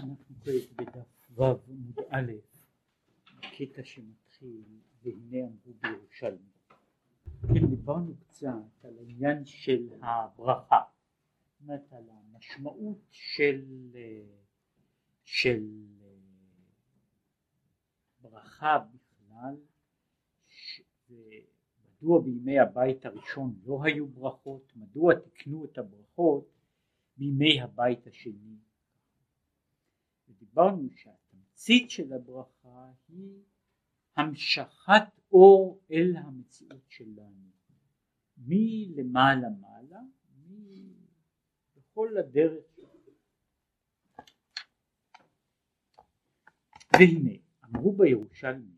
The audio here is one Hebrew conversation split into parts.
אנחנו כעת בדף ו' עמוד א', קטע שמתחיל והנה אמרו בירושלמי. כן, דיברנו קצת על העניין של הברכה, זאת אומרת על המשמעות של ברכה בכלל, מדוע בימי הבית הראשון לא היו ברכות, מדוע תקנו את הברכות בימי הבית השני. ודיברנו שהתמצית של הברכה היא המשכת אור אל המציאות שלנו, מלמעלה מעלה, בכל הדרך. והנה אמרו בירושלמי,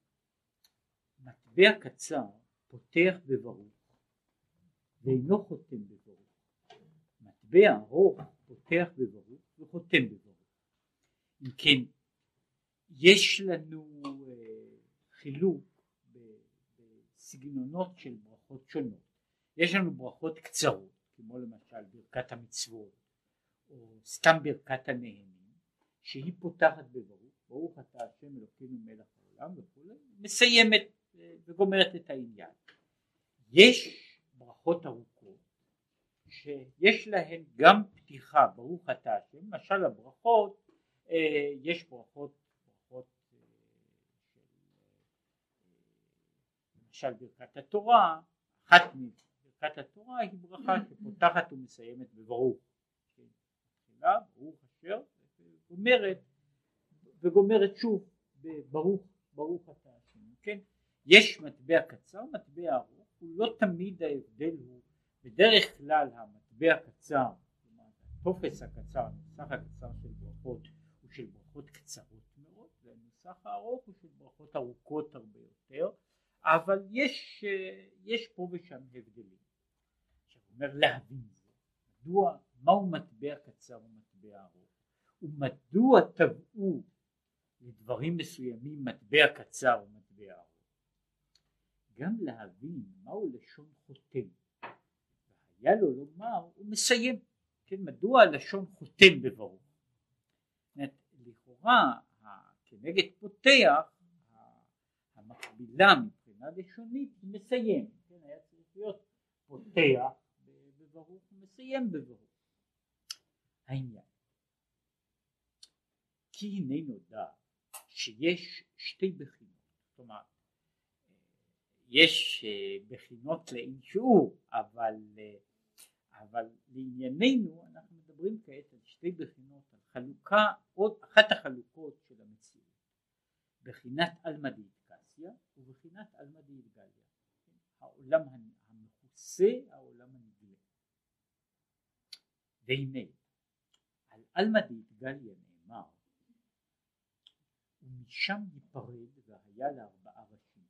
מטבע קצר פותח בברוך ואינו חותם בברוך, מטבע ארוך פותח בברוך וחותם בברוך. אם כן, יש לנו חילוק בסגנונות של ברכות שונות. יש לנו ברכות קצרות, כמו למשל ברכת המצוות או סתם ברכת הנהנים, שהיא פותחת בברוך, ברוך אתה השם אלוקינו מלך העולם וכו', מסיימת וגומרת את העניין. יש ברכות ארוכות שיש להן גם פתיחה, ברוך אתה השם. למשל הברכות, יש ברכות למשל ברכת התורה, אחת מברכת התורה היא ברכה שפותחת ומסיימת בברוך, תחילה ברוך אשר וגומרת שוב ברוך אתה השם. כן, יש מטבע קצר, מטבע ארוך, הוא לא תמיד ההבדל הוא, בדרך כלל המטבע הקצר, הטופס הקצר, הנוסח הקצר של ברכות הוא של ברכות קצרות מאוד, והנוסח הארוך הוא של ברכות ארוכות הרבה יותר, אבל יש פה ושם הבדלים. עכשיו אומר להבין זה, מדוע, מהו מטבע קצר ומטבע ארוך, ומדוע טבעו לדברים מסוימים מטבע קצר ומטבע ארוך. גם להבין מהו לשון חותם, והיה לו לומר הוא מסיים. כן, מדוע הלשון חותם בברוך? לכאורה כנגד פותח המקבילה מבחינה לשונית היא מסיים. כן, היה צריך להיות פותח בברוך ומסיים בברוך. העניין כי הנה נודע שיש שתי בחינות, זאת אומרת יש בחינות לאין שיעור, אבל לענייננו אנחנו מדברים כעת על שתי בחינות, על חלוקה, עוד אחת החלוקות של המציאות, בחינת עלמא דאיטקסיה ובחינת עלמא דאיטגליה, העולם המכוסה, העולם הנגלה. והנה על עלמא דאיטגליה נאמר ומשם ייפרד והיה לארבעה ראשים,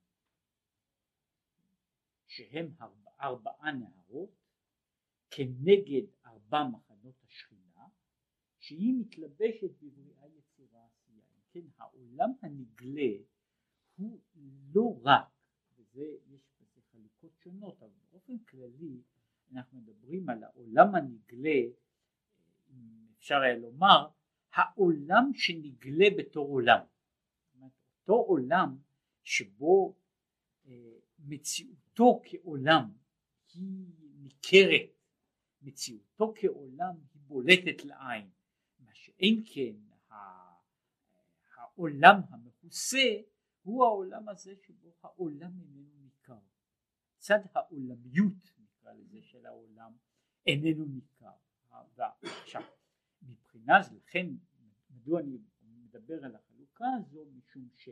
שהם ארבעה נהרות כנגד ארבע מחנות השכינה, שהיא מתלבשת בבריאה יצירה עשייה. כן, העולם הנגלה הוא לא רק, וזה יש בזה חלוקות שונות, אבל באופן כללי אנחנו מדברים על העולם הנגלה, אם אפשר היה לומר העולם שנגלה בתור עולם, זאת אומרת, אותו עולם שבו מציאותו כעולם היא ניכרת, מציאותו כעולם היא בולטת לעין, מה שאין כן העולם המכוסה הוא העולם הזה שבו העולם איננו ניכר, צד העולמיות נקרא לזה של העולם איננו ניכר. ועכשיו מבחינה זו, לכן מדוע אני מדבר על החלוקה הזו, משום ש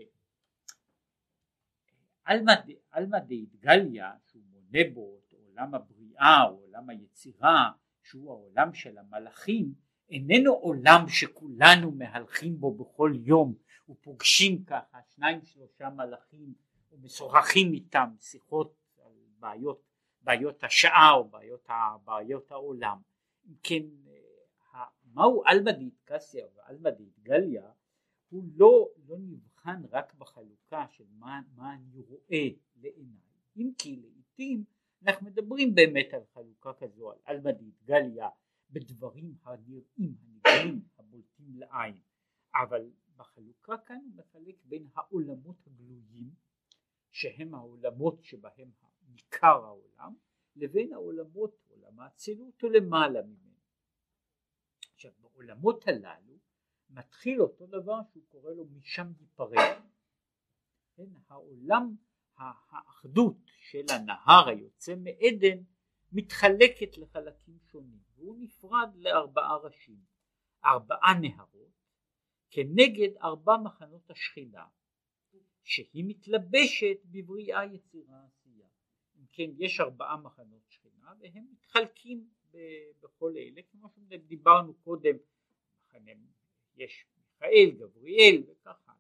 עלמא דאיטגליה שהוא מונה בו את עולם הבריאה או עולם היצירה שהוא העולם של המלאכים, איננו עולם שכולנו מהלכים בו בכל יום ופוגשים ככה שניים שלושה מלאכים ומשוחחים איתם שיחות על בעיות השעה או בעיות העולם. אם כן, מהו עלמא דאיטקסיה ועלמא דאיטגליה הוא לא נבחן רק בחלוקה של מה אני רואה לעיניי, אם כי לעתים אנחנו מדברים באמת על חלוקה כזו, על עלמא דאיטגליה בדברים הנראים, הנגלים, הבולטים לעין, אבל בחלוקה כאן הוא מחלק בין העולמות הגלויים שהם העולמות שבהם ניכר העולם, לבין העולמות, עולם האצילות ולמעלה ממנו. עכשיו בעולמות הללו מתחיל אותו דבר שהוא קורא לו משם ייפרד. כן, העולם, האחדות של הנהר היוצא מעדן מתחלקת לחלקים שונים, והוא נפרד לארבעה ראשים, ארבעה נהרות כנגד ארבע מחנות השכינה שהיא מתלבשת בבריאה יצירה עשייה. אם כן, יש ארבעה מחנות שכינה והם מתחלקים בכל אלה, כמו שדיברנו קודם, יש מיכאל, גבריאל וככה.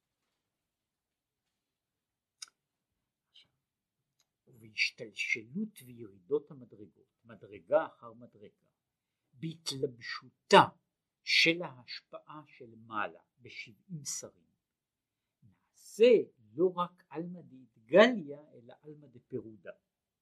ובהשתלשלות וירידות המדרגות, מדרגה אחר מדרגה, בהתלבשותה של ההשפעה של מעלה ב70 שרים, נעשה לא רק עלמא דאיתגליה אלא עלמא דפירודה.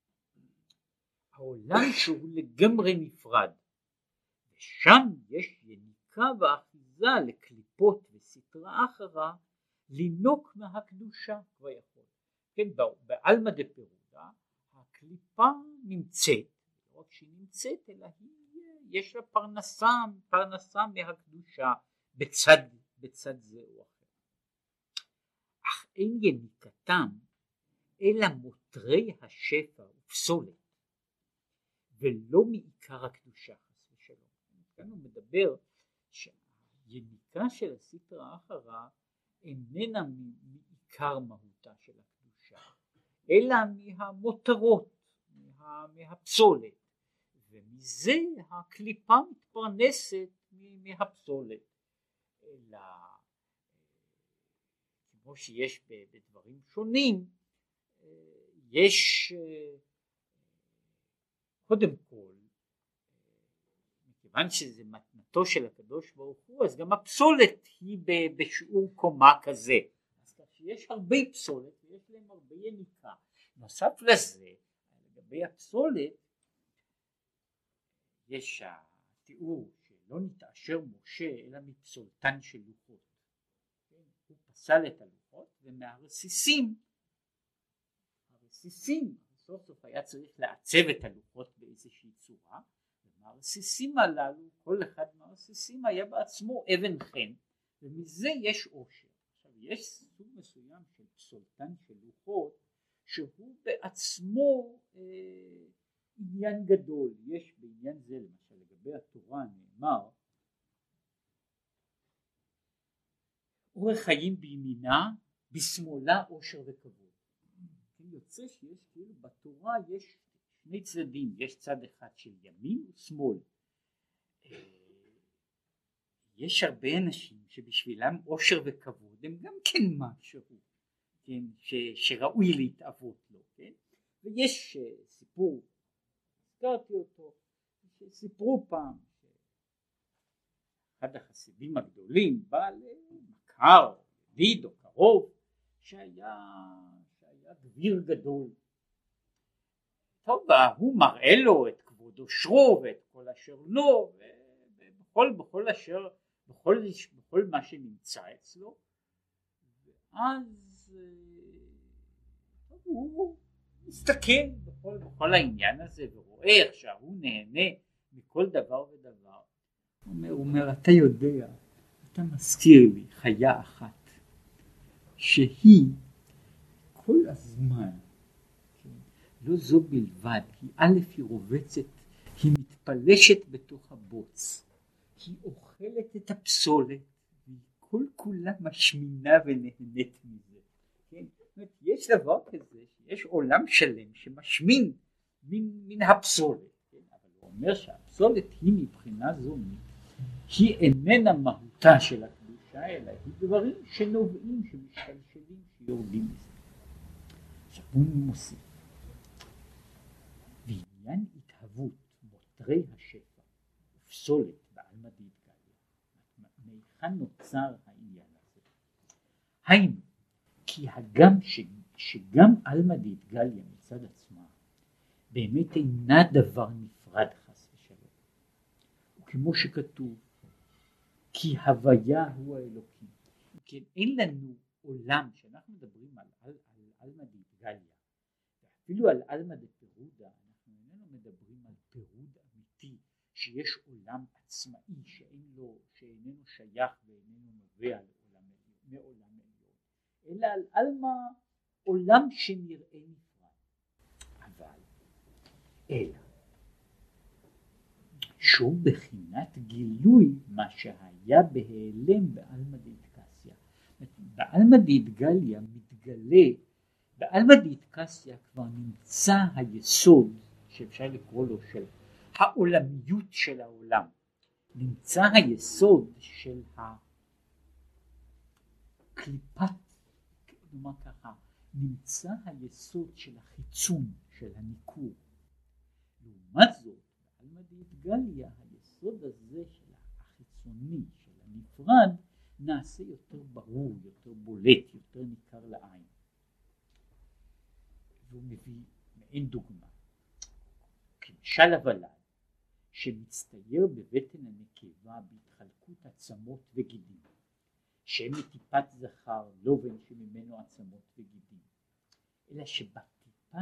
העולם שהוא לגמרי נפרד, ושם יש יניקה ואחיזה לקליפות וסתרה אחרה לינוק מהקדושה כבר יכול. כן, בעלמא דפירודה הקליפה נמצאת, לא רק שהיא נמצאת אלא יש לה פרנסה מהקדושה בצד זה או אחר. אך אין יניקתם אלא מותרי השפע ופסולת, ולא מעיקר הקדושה חס ושלום. כאן הוא מדבר שהיניקה של הסטרא אחרא איננה מעיקר מהותה של הקדושה, אלא מהמותרות, מהפסולת, ומזה הקליפה מתפרנסת מהפסולת. אלא כמו שיש בדברים שונים, יש קודם כל, מכיוון שזה מתנתו של הקדוש ברוך הוא, אז גם הפסולת היא בשיעור קומה כזה. אז יש הרבה פסולת ויש להם הרבה יניקה. נוסף לזה, לגבי הפסולת, יש התיאור שלא נתעשר משה אלא מפסולתן של לוחות. הוא פסל את הלוחות, ומהרסיסים, סוף סוף היה צריך לעצב את הלוחות באיזושהי צורה, ומהרסיסים הללו, כל אחד מהרסיסים היה בעצמו אבן חן, ומזה יש עושר. עכשיו יש סוג מסוים של פסולתן של לוחות, שהוא בעצמו עניין גדול. יש בעניין זה, למשל לגבי התורה נאמר, אורך חיים בימינה, בשמאלה עושר וכבוד. יוצא שיש כאילו בתורה יש שני צדדים, יש צד אחד של ימין ושמאל. יש הרבה אנשים שבשבילם עושר וכבוד הם גם כן משהו, כן, שראוי להתאבות לו, כן? ויש סיפור, הזכרתי אותו, שסיפרו פעם אחד החסידים הגדולים בא למכר, ידיד או קרוב, שהיה גביר גדול. טוב, הוא מראה לו את כבוד עושרו ואת כל אשר לו, בכל מה שנמצא אצלו, ואז הוא מסתכל בכל העניין הזה ורואה איך שהוא נהנה מכל דבר ודבר. הוא אומר, אתה יודע, אתה מזכיר לי חיה אחת שהיא כל הזמן, כן, לא זו בלבד, היא רובצת, היא מתפלשת בתוך הבוץ, היא אוכלת את הפסולת, והיא כל כולה משמינה ונהנית מזה. כן? זאת אומרת, יש דבר כזה, יש עולם שלם שמשמין מן הפסולת, כן? אבל הוא אומר שהפסולת היא מבחינה זו, היא איננה מהותה של הקדושה, אלא היא דברים שנובעים, שמשתלשלים, שיורדים מזה. עכשיו הוא מוסיף, בעניין התהוות מותרי השפע ופסולת בעלמא דאיתגליה, מהיכן נוצר העניין הזה? היינו, כי הגם שגם עלמא דאיתגליה מצד עצמה באמת אינה דבר נפרד חס ושלום, וכמו שכתוב, כי הוויה הוא האלוקים. כן, אין לנו עולם שאנחנו מדברים על עלמא דאידגליה, אפילו על עלמא דפירודה, אנחנו איננו מדברים על פירוד אמיתי שיש עולם עצמאי שאיננו שייך ואיננו נובע מעולם עליון, אלא על עלמא עולם שנראה נפרד. אבל אלא שהוא בחינת גילוי מה שהיה בהיעלם בעלמא דאידקסיה. בעלמא דאידגליה מתגלה, בעלמא דאידקסיה כבר נמצא היסוד שאפשר לקרוא לו של העולמיות של העולם, נמצא היסוד של הקליפת, נאמר ככה, נמצא היסוד של החיצון, של הניכור. לעומת זאת בעלמא דאידגליה היסוד הזה של החיצוני, של הנפרד, נעשה יותר ברור, יותר בולט, יותר ניכר לעין. והוא מביא מעין דוגמה, כמשל הוולד שמצטייר בבטן הנקבה בהתחלקות עצמות וגידים, שהם מטיפת זכר לא בן שממנו עצמות וגידים, אלא שבטיפה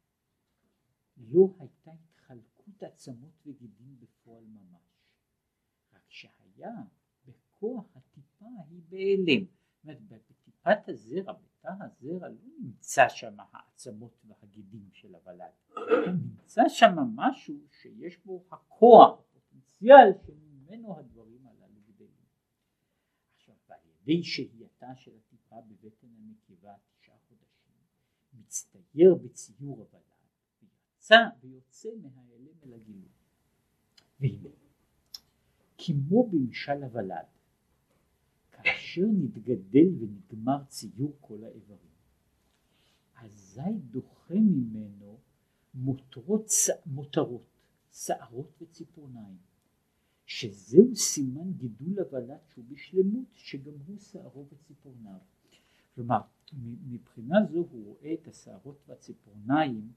לא הייתה התחלקות עצמות וגידים בפועל ממש, רק שהיה בכוח הטיפה היא בהיעלם. זאת אומרת, בטיפת הזרע, בתא הזרע, לא נמצא שם העצמות והגידים של הוולד, נמצא שם משהו שיש בו הכוח, הפוטנציאל שממנו הדברים הללו גדלים. עכשיו, ועל ידי שהייתה של הטיפה בבטן הנקבה 9 חודשים, מצטייר בציור הוולד ויוצא מההיעלם אל הגילוי. והנה, כמו במשל הוולד, כאשר נתגדל ונגמר ציור כל האיברים, אזי דוחה ממנו מותרות, שערות וציפורניים, שזהו סימן גידול הוולד שהוא בשלמות, שגם הוא שערו וציפורניו. כלומר, מבחינה זו הוא רואה את השערות והציפורניים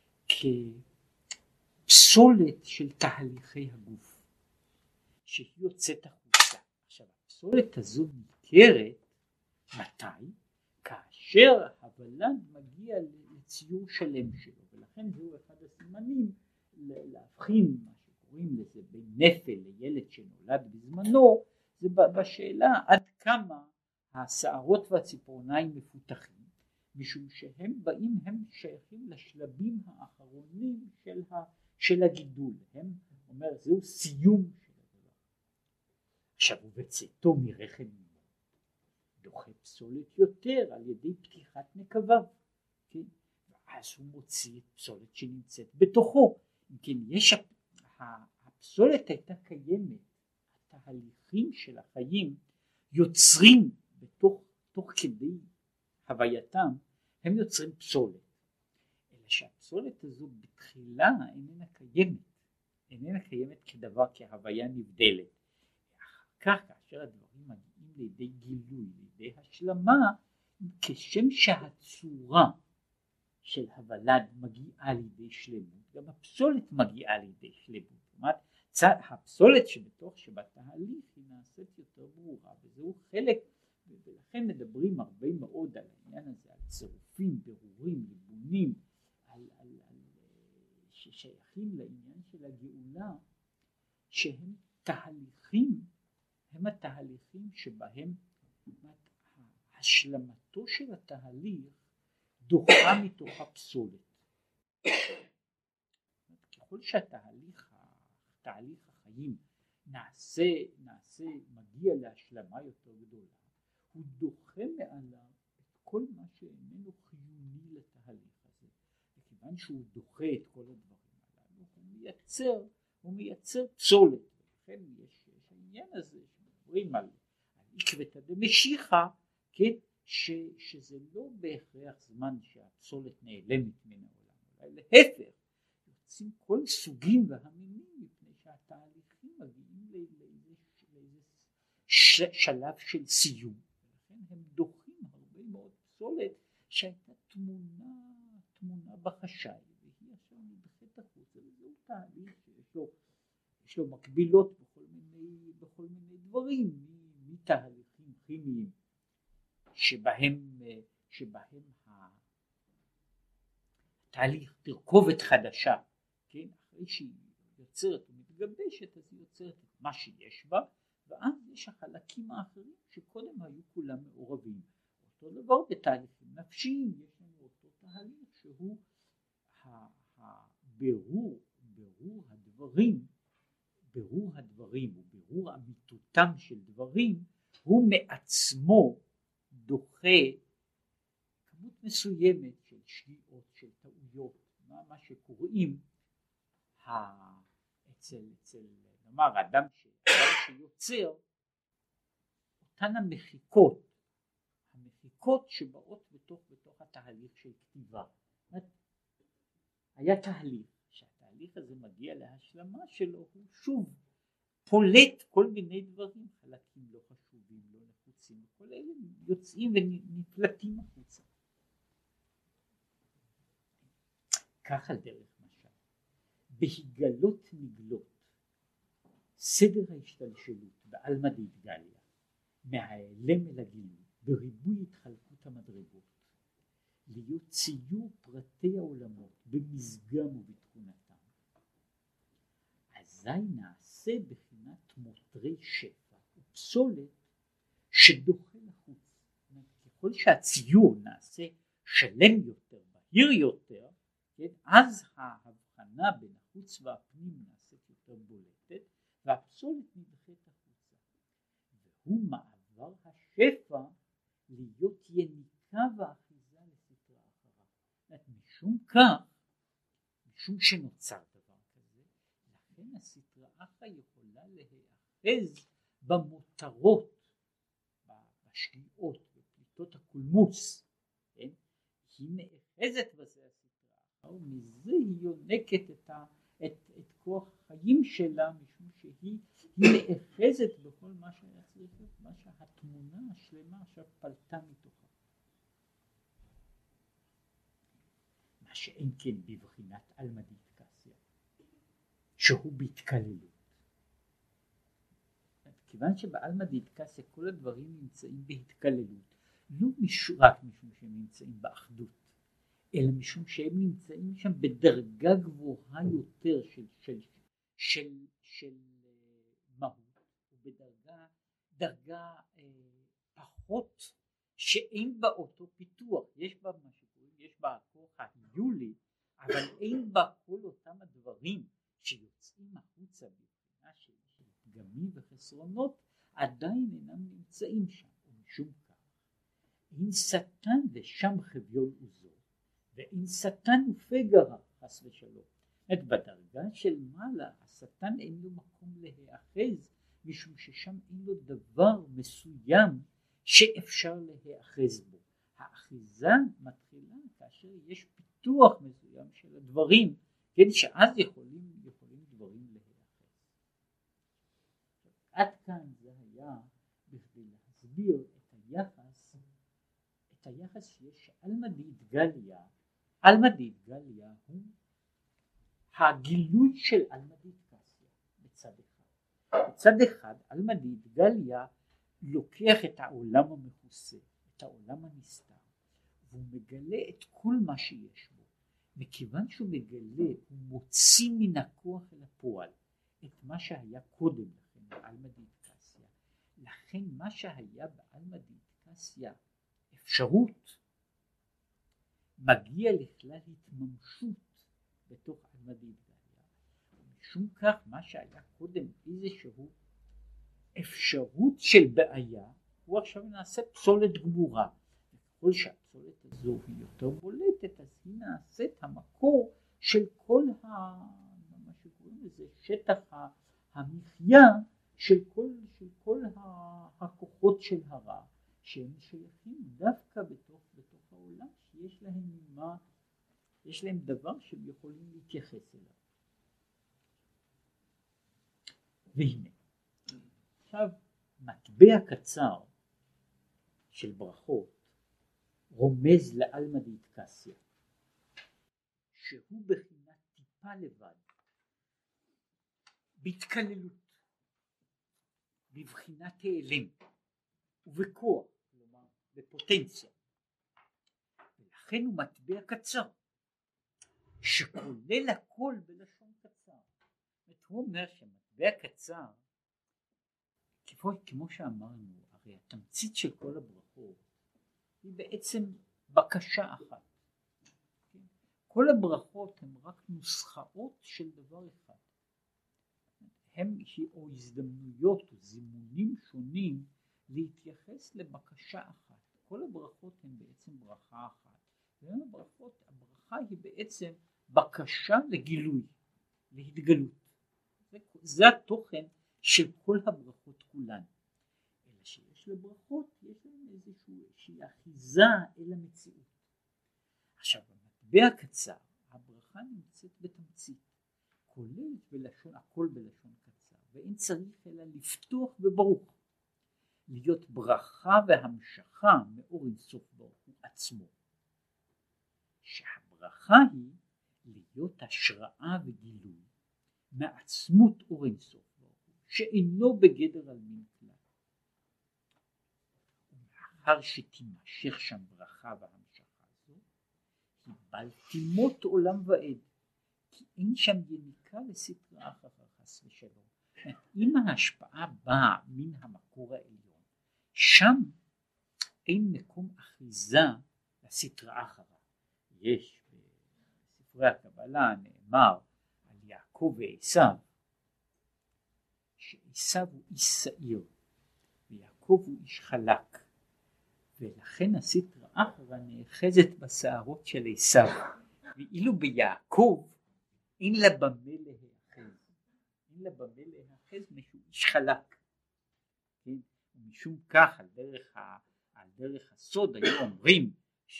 כפסולת של תהליכי הגוף שהיא יוצאת החוצה. עכשיו, הפסולת הזו ניכרת מתי? כאשר הוולד מגיע לציור שלם שלו, ולכן זהו אחד הסימנים להבחין מה שקוראים לזה בין נפל לילד שנולד בזמנו, זה בשאלה עד כמה השערות והציפורניים מפותחים, משום שהם באים, הם שייכים לשלבים האחרונים של הגידול, הם אומר זהו סיום של הדבר. עכשיו הוא בצאתו מרחם אמו דוחה פסולת יותר על ידי פתיחת נקביו, כן? ואז הוא מוציא את פסולת שנמצאת בתוכו. כן, יש הפסולת הייתה קיימת, התהליכים של החיים יוצרים תוך כדי הווייתם, הם יוצרים פסולת, אלא שהפסולת הזו בתחילה איננה קיימת כדבר, כהוויה נבדלת. אחר כך כאשר הדברים מגיעים לידי גילוי, לידי השלמה, כשם שהצורה של הוולד מגיעה לידי שלמות, גם הפסולת מגיעה לידי שלמות. זאת אומרת, הפסולת שבתהליך היא נעשית יותר ברורה, וזהו חלק, ולכן מדברים הרבה מאוד על העניין הזה, על צירופים, ברורים, ליבונים, ששייכים לעניין של הגאולה, שהם תהליכים, הם התהליכים שבהם השלמתו של התהליך דוחה מתוך הפסולת. ככל שהתהליך החיים מגיע להשלמה יותר גדולה, הוא דוחה מעליו את כל מה שאיננו חיוני לתהליך הזה. וכיוון שהוא דוחה את כל הדברים הללו, הוא מייצר פסולת. ולכן יש העניין הזה שמדברים על עקבתא דמשיחא, כן, שזה לא בהכרח זמן שהפסולת נעלמת מן העולם, אולי להפך, יוצאים כל סוגים והמינים, מפני שהתהליכים מגיעים לאיזה שלב של סיום, ולכן הם דוחים הרבה מאוד פסולת שהייתה תמונה בחשאי, והיא עכשיו נדחית החוצה, וזהו תהליך שיש לו מקבילות בכל מיני דברים. דברים מתהליכים כימיים שבהם התהליך תרכובת חדשה, כן, אחרי שהיא יוצרת ומתגבשת אז היא יוצרת את מה שיש בה, ואז יש החלקים האחרים שקודם היו כולם מעורבים. אותו דבר בתהליכים נפשיים, יש לנו אותו תהליך שהוא בירור הדברים ובירור אמיתותם של דברים, הוא מעצמו דוחה כמות מסוימת של שגיאות, של טעויות, מה שקוראים אצל נאמר אדם שיוצר אותן המחיקות שבאות בתוך התהליך של כתיבה. היה תהליך שהתהליך הזה מגיע להשלמה שלו, הוא שוב פולט כל מיני דברים, חלקים לא חשובים, לא נחוצים, כל אלה יוצאים ונפלטים החוצה. כך על דרך משל, בהיגלות נגלות סדר ההשתלשלות בעלמא דאיטגליא מההיעלם אל הגילוי בריבוי התחלקות המדרגות להיות ציור פרטי העולמות במסגם ובתכונתם, אזי נעשה בחינת מותרי שפע ופסולת שדוחה לחוץ. ככל שהציור נעשה שלם יותר, בהיר יותר, כן, אז ההבחנה בין החוץ והפנים נעשית יותר בולטת והפסולת נדחית החוצה, והוא מעבר השפע להיות יניקה ואחיזה לסטרה אחריו. משום שנוצר דבר כזה, לכן הסטרה אחרא יכולה להיאחז במותרות, בשגיאות, בפליטות הקולמוס, כן? היא נאחזת בזה הסטרה אחרא, ומזה היא יונקת את כוח החיים שלה, משום שהיא נאחזת בכל מה שהיה צריך להיות, מה שהתמונה השלמה עכשיו פלטה מתוכה. מה שאין כן בבחינת עלמא דאיטקסיא, שהוא בהתקללות. כיוון שבעלמא דאיטקסיא כל הדברים נמצאים בהתקללות, לא רק משום שהם נמצאים באחדות, אלא משום שהם נמצאים שם בדרגה גבוהה יותר של מהות, ובדרגה פחות שאין בה אותו פיתוח. יש בה מה שקוראים, יש בה הכוח ההיולי, אבל אין בה כל אותם הדברים שיוצאים החוצה בבחינה של פגמים וחסרונות, עדיין אינם נמצאים שם. ומשום כך אין שטן ושם חביון עוזו, ואין שטן ופגרה חס ושלום. את בדרגה של מעלה השטן אין לו מקום להיאחז, משום ששם אין לו דבר מסוים שאפשר להיאחז בו. האחיזה מתחילה כאשר יש פיתוח מסוים של הדברים, כן, שאז יכולים דברים להיאחז. עד כאן זה היה בכדי להסביר את היחס שיש עלמא דאיטגליא. עלמא דאיטגליא הוא הגילוי של עלמא דאיטקסיא בצד אחד. בצד אחד עלמא דאיטגליא לוקח את העולם המכוסה, את העולם הנסתר, והוא מגלה את כל מה שיש בו. מכיוון שהוא מגלה, הוא מוציא מן הכוח אל הפועל את מה שהיה קודם לכן בעלמא דאיטקסיא. לכן מה שהיה בעלמא דאיטקסיא אפשרות, מגיע לכלל התממשות בתוך עלמא דאיטגליא. ומשום כך מה שהיה קודם איזשהו אפשרות של בעיה, הוא עכשיו נעשה פסולת גמורה. ככל שהפסולת הזו היא יותר בולטת, אז היא נעשית המקור של כל מה שקוראים לזה שטח המחיה של כל הכוחות של הרע, שהם שייכים דווקא בתוך העולם, שיש להם דבר שהם יכולים להתייחס אליו. והנה עכשיו מטבע קצר של ברכות רומז לעלמא דאיטקסיא, שהוא בחינת טיפה לבד בהתקללות. בבחינת העלם ובכוח, כלומר בפוטנציה, ולכן הוא מטבע קצר שכולל הכל בלשון קצר. הוא אומר שמטבע קצר, כמו שאמרנו, הרי התמצית של כל הברכות היא בעצם בקשה אחת. כל הברכות הן רק נוסחאות של דבר אחד, הם או הזדמנויות או זימונים שונים להתייחס לבקשה אחת. כל הברכות הן בעצם ברכה אחת, הברכה היא בעצם בקשה לגילוי, להתגלות. זה התוכן של כל הברכות כולן. אלא שיש לברכות, יש להן איזושהי אחיזה אל המציאות. עכשיו במטבע קצר הברכה נמצאת בתמצית, כוללת בלשון, הכל בלשון קצר, ואין צריך אלא לפתוח בברוך, להיות ברכה והמשכה מאור אינסוף ברוך הוא עצמו, שהברכה היא להיות השראה וגילוי מעצמות אור אינסוף ברוך הוא שאינו בגדר על מין כלל. ומאחר שתימשך שם ברכה והמשכה זו, היא בל תימות עולם ועד, כי אין שם יניקה לסטרא אחרא חס ושלום. אם ההשפעה באה מן המקור העליון, שם אין מקום אחיזה לסטרא אחרא. יש בספרי הקבלה נאמר על יעקב ועשיו, שעשיו הוא איש שעיר ויעקב הוא איש חלק, ולכן הסטרא אחרא נאחזת בשערות של עשיו, ואילו ביעקב אין לה במה להיאחז, אין לה במה להיאחז משום איש חלק. כן? ומשום כך על דרך הסוד היו אומרים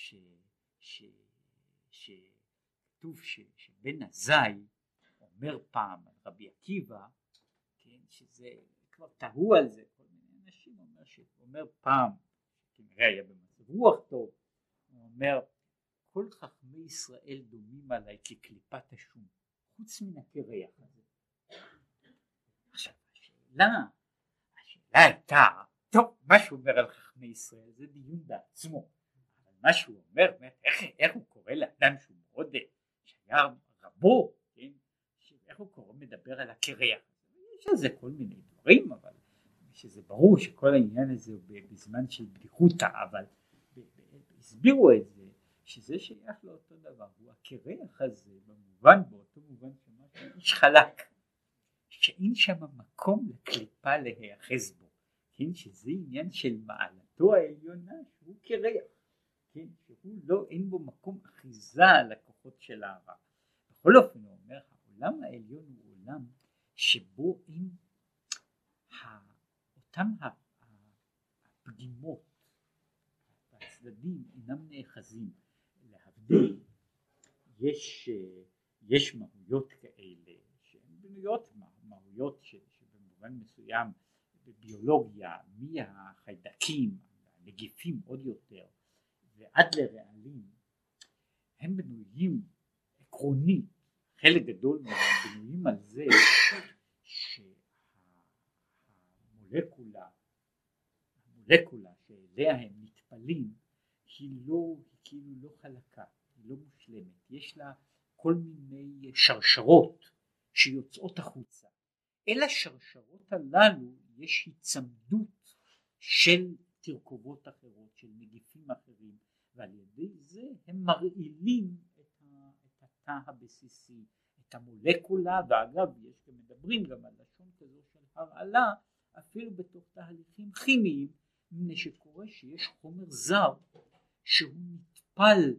שכתוב שבן עזאי אומר פעם על רבי עקיבא, כן, שזה כבר תהו על זה כל מיני אנשים, אומר פעם, כנראה היה במצב רוח טוב, הוא אומר כל חכמי ישראל דומים עליי כקליפת השום חוץ מן הקרח הזה. עכשיו השאלה הייתה, טוב, מה שהוא אומר על חכמי ישראל זה דיון בעצמו, אבל מה שהוא אומר, איך הוא קורא לאדם שהוא מאוד שהיה רבו, כן? איך הוא קורא מדבר על הקרח, יש על זה כל מיני דברים, אבל שזה ברור שכל העניין הזה הוא בזמן של בדיחותא, אבל הסבירו את זה שזה שייך לאותו דבר, הוא הקרח הזה באותו מובן שמשהו איש חלק, שאין שם מקום לקליפה להיאחז בו, כן, שזה עניין של מעלתו העליונה שהוא קרח, כן, שהוא לא, אין בו מקום אחיזה על הכוחות של הרע. בכל אופן הוא אומר, העולם העליון הוא עולם שבו אין אותם הפגימות והצדדים אינם נאחזים. להבדיל, יש מהויות כאלה שהן בנויות מהויות שבמובן מסוים בביולוגיה מהחיידקים, הנגיפים עוד יותר ועד לרעלים, הם בנויים עקרונית, חלק גדול מהם בנויים על זה שהמולקולה שאליה הם נטפלים היא כאילו לא חלקה, היא לא מושלמת, יש לה כל מיני שרשרות שיוצאות החוצה. אל השרשרות הללו יש הצמדות של תרכובות אחרות, של נגיפים אחרים, ועל ידי זה הם מרעילים את התא הבסיסי, את המולקולה. ואגב יש גם מדברים גם על לשון כזו של הרעלה אפילו בתוך תהליכים כימיים, מפני שקורה שיש חומר זר שהוא נטפל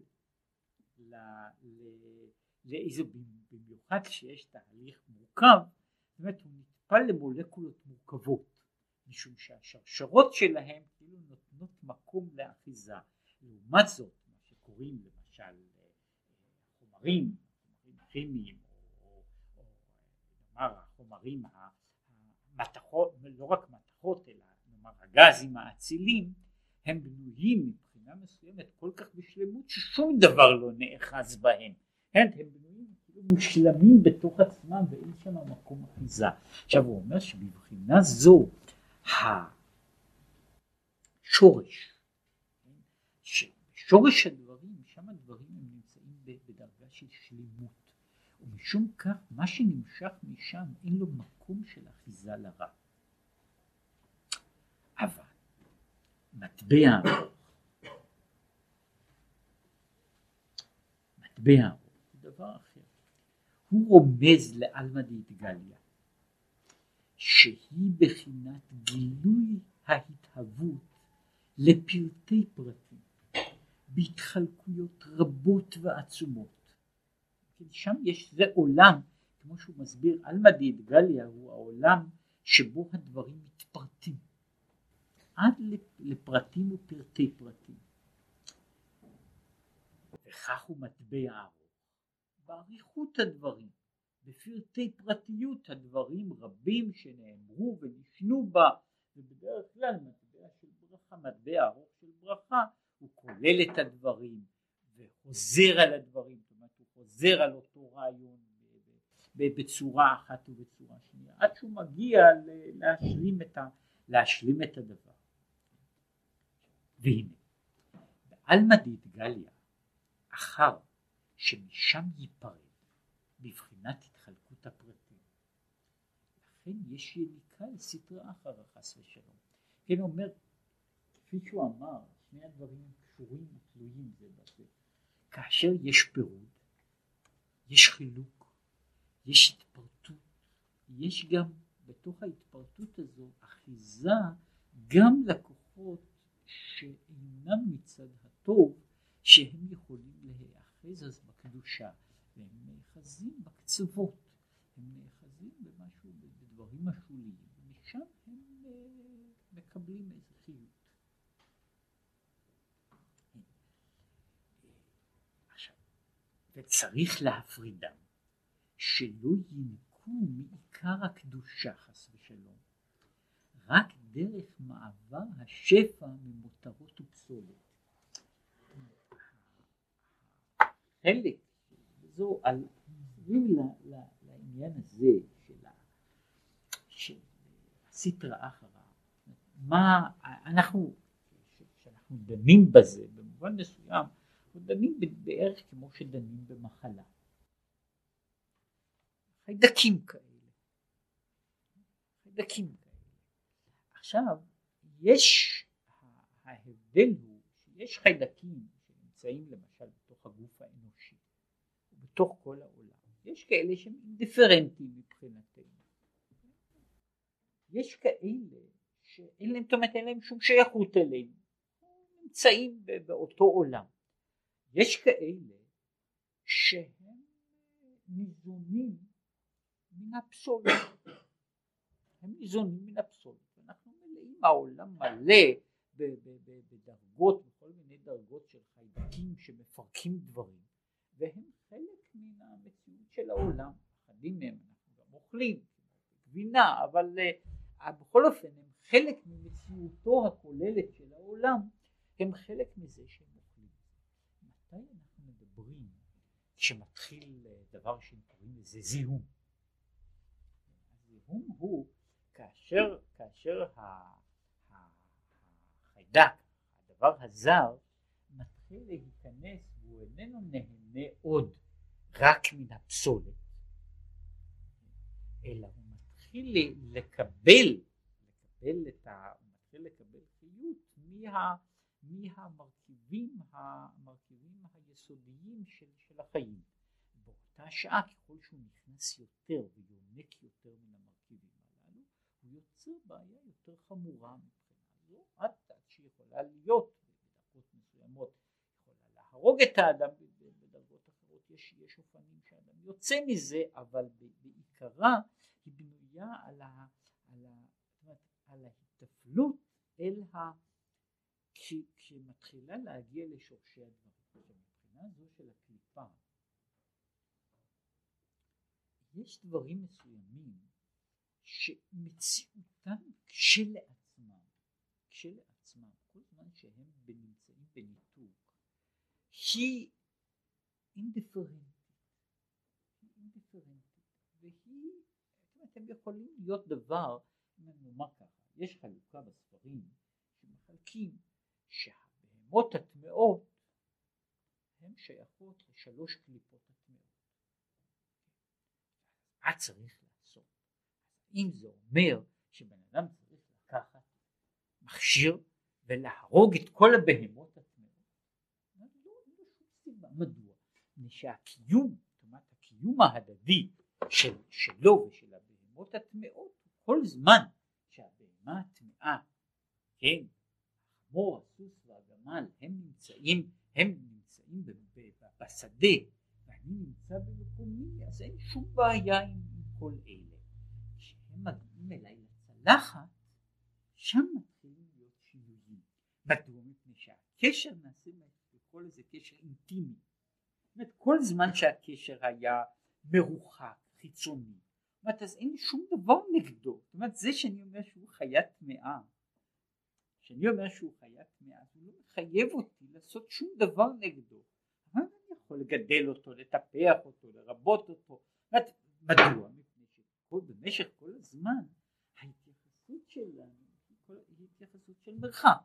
לאיזה, במיוחד שיש תהליך מורכב, זאת אומרת הוא נטפל למולקולות מורכבות, משום שהשרשרות שלהם כאילו נותנות מקום לאחיזה. לעומת זאת מה שקוראים למשל חומרים כימיים או נאמר החומרים המתכות, לא רק מתכות אלא נאמר הגזים האצילים, הם בנויים מבחינה מסוימת כל כך בשלמות ששום דבר לא נאחז בהם, הם בנויים כאילו מושלמים בתוך עצמם ואין שם מקום אחיזה. עכשיו הוא אומר שבבחינה זו השורש, שורש הדברים, שם הדברים הם נמצאים בדרגה של שלימות, ומשום כך מה שנמשך משם אין לו מקום של אחיזה לרע. אבל מטבע ארוך הוא דבר אחר, הוא רומז לעלמא דאיתגליא שהיא בחינת גילוי ההתהוות לפרטי פרטים בהתחלקויות רבות ועצומות. שם יש, זה עולם, כמו שהוא מסביר, עלמא דאיתגליא הוא העולם שבו הדברים מתפרטים עד לפרטים ופרטי פרטים, וכך הוא מטבע ארוך באריכות הדברים, בפרטי פרטיות הדברים רבים שנאמרו ונשנו בה, ובדרך כלל מטבע של ברכה, מטבע ארוך של ברכה, הוא כולל את הדברים וחוזר על הדברים, זאת אומרת הוא חוזר על אותו רעיון בצורה אחת ובצורה שנייה, עד שהוא מגיע להשלים את הדבר. והנה, בעלמא דאיתגליא, אחר שמשם ייפרד בבחינת התחלקות הפרטים, לכן יש יניקה לסטרא אחרא חס ושלום. כן, אומר, כפי שהוא אמר, שני הדברים קשורים ותלויים זה בזה. כאשר יש פירוד, יש חילוק, יש התפרטות, יש גם בתוך ההתפרטות הזו אחיזה גם לכוחות שאינם מצד הטוב, שהם יכולים להיאחז אז בקדושה, והם נאחזים בקצוות, הם נאחזים במשהו, בדברים השוליים, ומשם הם מקבלים איזה חיות. עכשיו, וצריך להפרידם, שלא ינקו מעיקר הקדושה חס ושלום, רק דרך מעבר השפע ממותרות ופסולת. חלק זו על לעניין הזה של סטרא אחרא, מה אנחנו שאנחנו דנים בזה במובן מסוים, אנחנו דנים בערך כמו שדנים במחלה, חיידקים כאלה. עכשיו יש ההבדל הוא שיש חיידקים שנמצאים למשל בתוך הגוף האנושי ובתוך כל העולם, יש כאלה שהם אינדיפרנטיים מבחינתנו, יש כאלה שאין להם, זאת אומרת אין להם שום שייכות אלינו, נמצאים באותו עולם, יש כאלה שהם ניזונים מן הפסולת, הם ניזונים מן הפסולת. אנחנו מלאים, העולם מלא בדרגות, בכל מיני דרגות של חיידקים שמפרקים דברים, והם חלק מן המציאות של העולם. אחדים מהם אנחנו גם אוכלים גבינה, אבל בכל אופן הם חלק ממציאותו הכוללת של העולם, הם חלק מזה שהם אוכלים. מתי אנחנו מדברים שמתחיל דבר שקוראים לזה זיהום? הזיהום הוא כאשר החיידק, הדבר הזר, מתחיל להיכנס והוא איננו נהנה עוד רק מן הפסולת, אלא הוא מתחיל לקבל חיות מהמרכיבים היסודיים של החיים. באותה שעה ככל שהוא נכנס יותר ויונק יותר מן המרכיבים הללו, הוא יוצר בעיה יותר חמורה מבחינה זו, עד שיכולה להיות בדרגות מסוימות, יכולה להרוג את האדם, בדרגות אחרות יש אופנים שהאדם יוצא מזה, אבל בעיקרה היא בנויה על ההתפלות אל כשמתחילה להגיע לשורשי הדברים. מבחינה זו של הקליפה, יש דברים מסוימים שמציאותם כשלעצמם, כל זמן שהם נמצאים בניתוק, היא אינדיפרנטית, והיא, זאת אומרת, הם יכולים להיות דבר נאמר ככה, יש חלוקה בספרים שמחלקים שהבהמות הטמאות הן שייכות לשלוש קליפות הטמאות. מה צריך לעשות? אם זה אומר שבן אדם צריך לקחת מכשיר ולהרוג את כל הבהמות הטמאות, לא שום סיבה. מדוע? שהקיום, זאת אומרת הקיום ההדדי שלו ושל הבהמות הטמאות, כל זמן שהבהמה הטמאה, כן, החמור, הסוס והגמל, הם נמצאים בשדה ואני נמצא במקומי, אז אין שום בעיה עם כל אלה. כשהם מגיעים אליי לצלחת, שם מתחילים להיות שינויים. מדוע? מפני שהקשר נעשה בכל איזה קשר אינטימי. זאת אומרת, כל זמן שהקשר היה מרוחק, חיצוני, זאת אומרת, אז אין שום דבר נגדו. זאת אומרת, זה שאני אומר שהוא חיה טמאה, אז הוא לא מחייב אותי לעשות שום דבר נגדו. אבל אני יכול לגדל אותו, לטפח אותו, לרבות אותו. מדוע? מפני שבמשך כל הזמן ההתייחסות שלנו היא התייחסות של מרחק.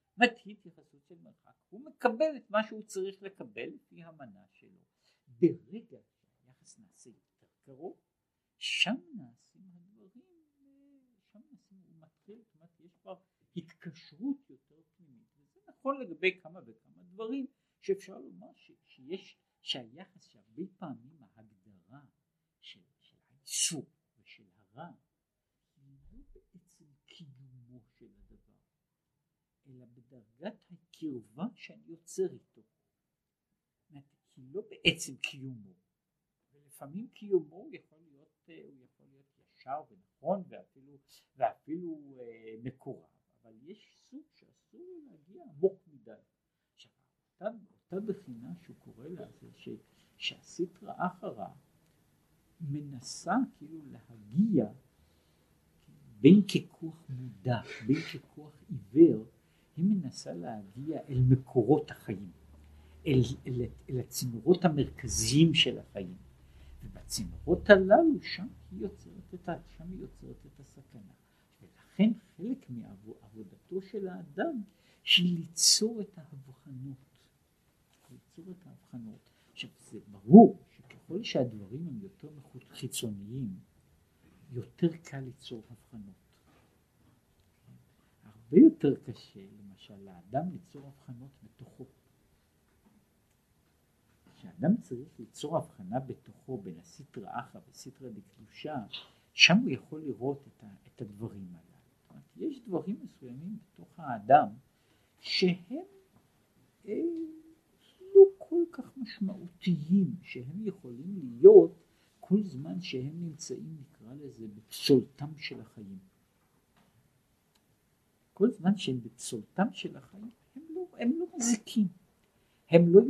הוא מקבל את מה שהוא צריך לקבל לפי המנה שלו. ברגע שהיחס נעשה יותר קרוב, שם נעשים הדברים, הוא מתחיל, זאת אומרת, יש כבר התקשרות יותר פנימית, וזה נכון לגבי כמה וכמה דברים שאפשר לומר שהיחס, שהרבה פעמים ההגדרה של האיסור ושל הרע היא לא בעצם קיומו של הדבר, אלא בדרגת הקרבה שאני יוצר איתו. היא לא בעצם קיומו, ולפעמים קיומו יכול להיות ישר ונכון ואפילו מקורב, אבל יש סוג שאסור להגיע עמוק מדי. עכשיו, אותה בחינה שהוא קורא לה זה שהסטרא אחרא מנסה כאילו להגיע בין ככוח מודע, בין ככוח עיוור, היא מנסה להגיע אל מקורות החיים, אל הצינורות המרכזיים של החיים, ובצינורות הללו שם היא יוצרת את הסכנה. ולכן חלק מעבודתו של האדם היא ליצור את ההבחנות. עכשיו זה ברור שככל שהדברים הם יותר חיצוניים, יותר קל ליצור הבחנות. הרבה יותר קשה למשל לאדם ליצור הבחנות בתוכו. כשאדם צריך ליצור הבחנה בתוכו בין הסטרא אחרא וסטרא דקדושה, שם הוא יכול לראות את הדברים הללו. זאת אומרת, יש דברים מסוימים בתוך האדם שהם לא כל כך משמעותיים, שהם יכולים להיות כל זמן שהם נמצאים, נקרא לזה, בפסולתם של החיים. כל זמן שהם בפסולתם של החיים, הם לא מזיקים. הם לא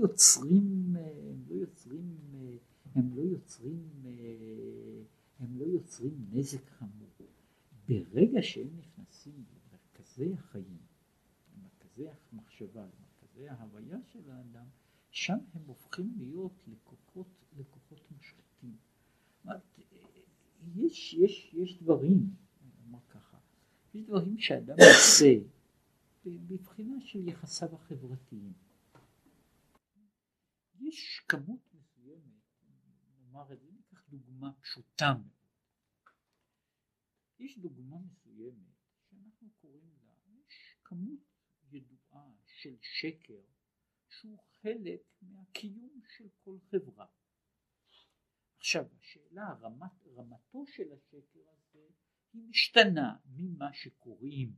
יוצרים נזק חמור. ברגע שהם נכנסים למרכזי החיים, למרכזי המחשבה, למרכזי ההוויה של האדם, שם הם הופכים להיות לקוחות משחטים. יש דברים, אומר ככה, יש דברים שאדם עושה בבחינה של יחסיו החברתיים. יש כמות מסוימת, נאמר את זה, ניקח דוגמה פשוטה מאוד. יש דוגמה מסוימת שאנחנו קוראים לה, יש כמות ידועה של שקר שהוא חלק מהקיום של כל חברה. עכשיו השאלה, רמתו של השקר הזה היא משתנה ממה שקוראים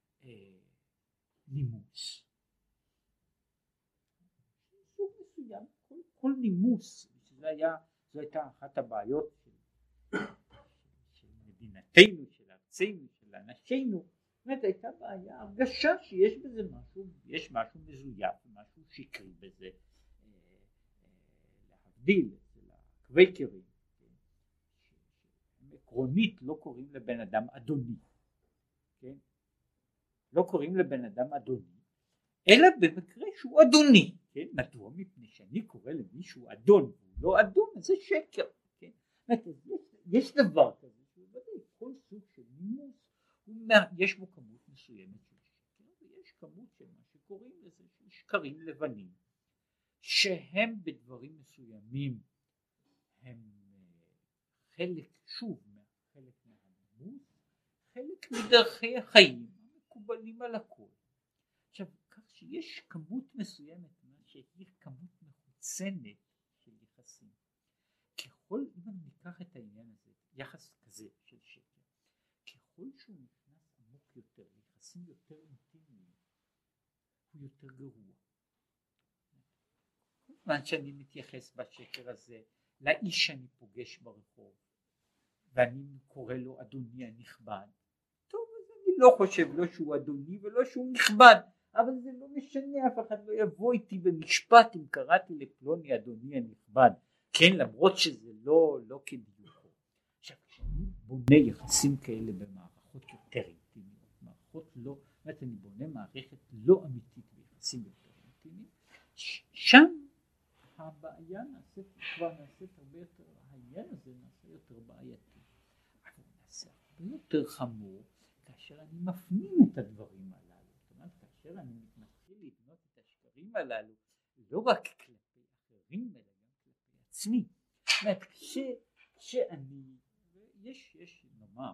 נימוס. סוג מסוים, כל נימוס, זו הייתה אחת הבעיות של מדינתנו, של ארצנו, של אנשינו, זאת הייתה בעיה, הרגשה שיש בזה משהו, יש משהו מזויף, משהו שקרי בזה, להבדיל אצל הקוויקרים, עקרונית לא קוראים לבן אדם אדוני, כן? לא קוראים לבן אדם אדוני, אלא במקרה שהוא אדוני, כן? מדוע? מפני שאני קורא למישהו אדון, הוא לא אדון, זה שקר, כן? יש דבר כזה, שבוודאי כל סוג של נימוס יש בו כמות מסוימת של שקר, ויש כמות של מה שקוראים לזה של שקרים לבנים, שהם בדברים מסוימים הם חלק, שוב, חלק מהדמות, חלק מדרכי החיים המקובלים על הכל. עכשיו, כך שיש כמות מסוימת, שהיא כמות מחוצנת של יחסים. ככל, אם ניקח את העניין הזה, יחס כזה של שקר, ככל שהוא נכנס עמוק יותר, יחסים יותר אינטימיים, הוא יותר גרוע. כל זמן שאני מתייחס בשקר הזה לאיש שאני פוגש ברחוב, ואני קורא לו אדוני הנכבד, טוב, אז אני לא חושב לא שהוא אדוני ולא שהוא נכבד, אבל זה לא משנה, אף אחד לא יבוא איתי במשפט אם קראתי לפלוני אדוני הנכבד, כן, למרות שזה לא כדיוקו. עכשיו, כשאני בונה יחסים כאלה במערכות יותר אינטימיות, מערכות לא, זאת אומרת, אני בונה מערכת לא אמיתית ביחסים יותר אינטימיים, שם הבעיה נעשית הרבה יותר, העניין הזה נעשה יותר בעייתי, אבל הוא נעשה הרבה יותר חמור כאשר אני מפנים את הדברים הללו. זאת אומרת, כאשר אני מתחיל לבנות את השקרים הללו לא רק כלפי אחרים אלא גם כלפי עצמי. זאת אומרת, כשאני, יש נאמר,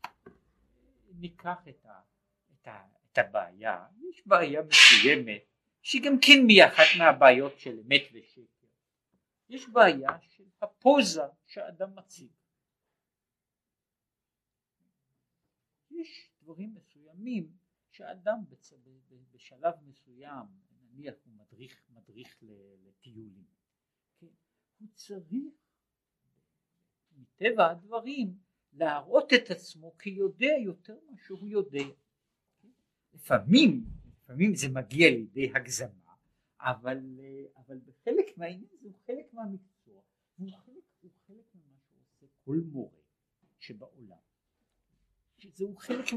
ניקח את הבעיה, יש בעיה מסוימת שהיא גם כן מאחת מהבעיות של אמת ושקר. יש בעיה של הפוזה שהאדם מציג. יש דברים מסוימים שהאדם בשלב מסוים, נניח הוא מדריך לטיולים, כן? הוא צריך מטבע הדברים להראות את עצמו כיודע יותר מה שהוא יודע. לפעמים זה מגיע לידי הגזמה, אבל בחלק מהעניין זה חלק מהמקצוע, הוא חלק ממה שעושה כל מורה שבעולם, שזהו חלק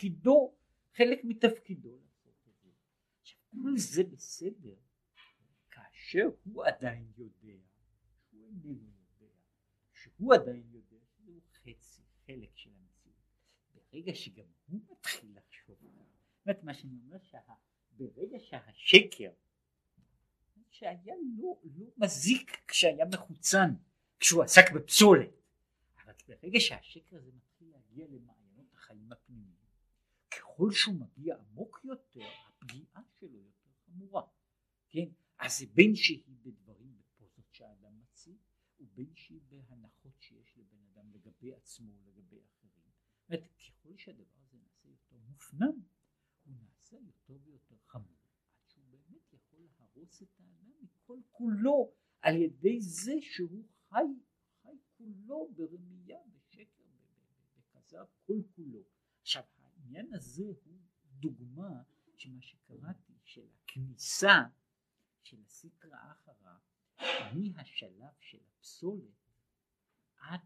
מתפקידו לעשות את זה. כל זה בסדר כאשר הוא עדיין יודע שהוא איננו יודע, שהוא עדיין יודע שזהו חלק של המציאות. ברגע שגם הוא מתחיל לחשוב, זאת אומרת, מה שאני אומר, ברגע שהשקר שהיה לא מזיק כשהיה מחוצן, כשהוא עסק בפסולת, אבל ברגע שהשקר הזה מתחיל להגיע למעיינות החיים הפנימיים, ככל שהוא מגיע עמוק יותר, הפגיעה שלו יותר חמורה, כן? אז זה בין שהיא בדברים בפוזות שהאדם מציג, ובין שהיא בהנחות שיש לבן אדם לגבי עצמו ולגבי אחרים. זאת אומרת, ככל שהדבר הזה נעשה יותר מופנם, הוא נעשה יותר ויותר חמור, עד שהוא באמת יכול להרוס את האדם מכל כולו, על ידי זה שהוא חי כולו ברמייה, בשקר, בכזב, כל כולו. עכשיו, העניין הזה הוא דוגמה שמה שקראתי, של הכניסה של הסטרא אחרא מהשלב של הפסולת עד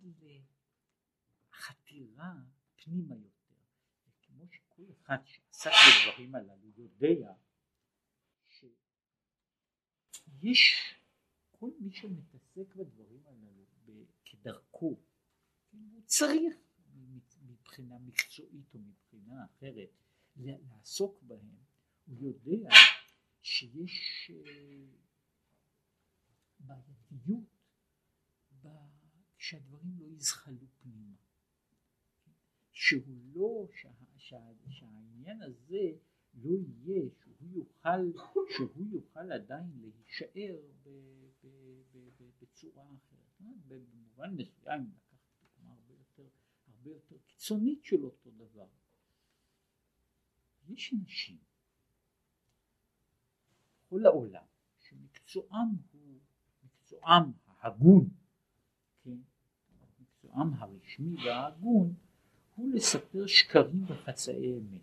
לחתירה פנימה יותר. כמו שכל אחד שעסק בדברים הללו יודע שיש כל מי שמתעסק בדברים הללו כדרכו, הוא צריך מבחינה מקצועית או מבחינה אחרת לעסוק בהם. הוא יודע שיש בעייתיות שהדברים לא יזחלו פנימה, שהוא לא, שהעניין הזה לא יהיה, שהוא יוכל עדיין להישאר בצורה אחרת. במובן מסוים, לקחת דוגמה הרבה יותר קיצונית של אותו דבר. יש אנשים בכל העולם שמקצועם הוא מקצועם ההגון, כן? מקצועם הרשמי וההגון הוא לספר שקרים וחצאי אמת.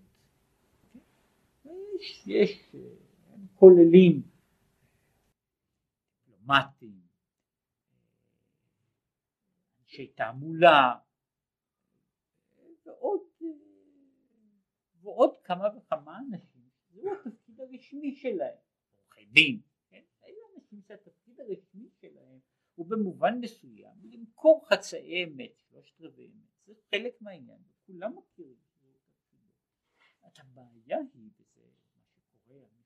הם כוללים דיפלומטים, אנשי תעמולה ועוד כמה וכמה אנשים, זהו התפקיד הרשמי שלהם, עורכי דין, כן? אלה אנשים שהתפקיד הרשמי שלהם הוא במובן מסוים למכור חצאי אמת, 3/4 אמת, זה חלק מהעניין, וכולם מכירים שזה תפקיד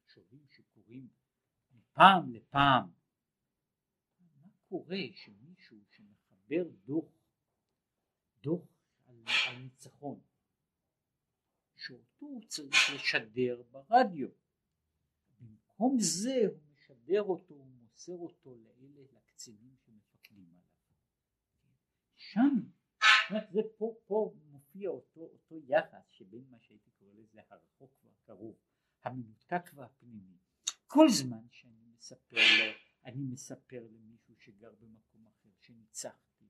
שואלים שקוראים מפעם לפעם, מה קורה שמישהו שמחבר דוח על ניצחון, שאותו הוא צריך לשדר ברדיו, במקום זה הוא משדר אותו, הוא מוסר אותו לקצינים שמפקדים עליו. שם, זה פה מופיע אותו יחס שבין מה שהייתי קורא לזה הרחוק והקרוב, המנותק והפנימי. כל זמן שאני מספר למישהו שגר במקום אחר שניצחתי,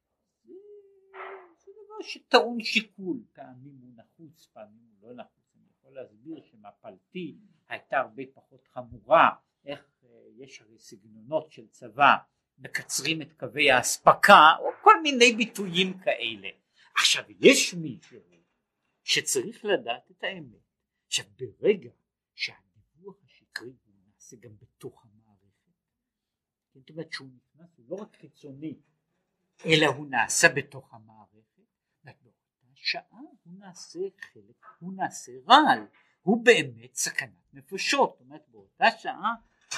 זה דבר שטעון שיקול, פעמים הוא נחוץ, פעמים הוא לא נחוץ. אני יכול להסביר שמפלתי הייתה הרבה פחות חמורה, איך יש הרי סגנונות של צבא, מקצרים את קווי האספקה, או כל מיני ביטויים כאלה. עכשיו יש מישהו שצריך לדעת את האמת. עכשיו ברגע שהדיווח השקרי הוא נעשה גם בתוך המערכת, זאת אומרת שהוא נכנס, הוא לא רק חיצוני, אלא הוא נעשה בתוך המערכת, ובאותה שעה הוא נעשה רעל, הוא באמת סכנת נפשות. זאת אומרת באותה שעה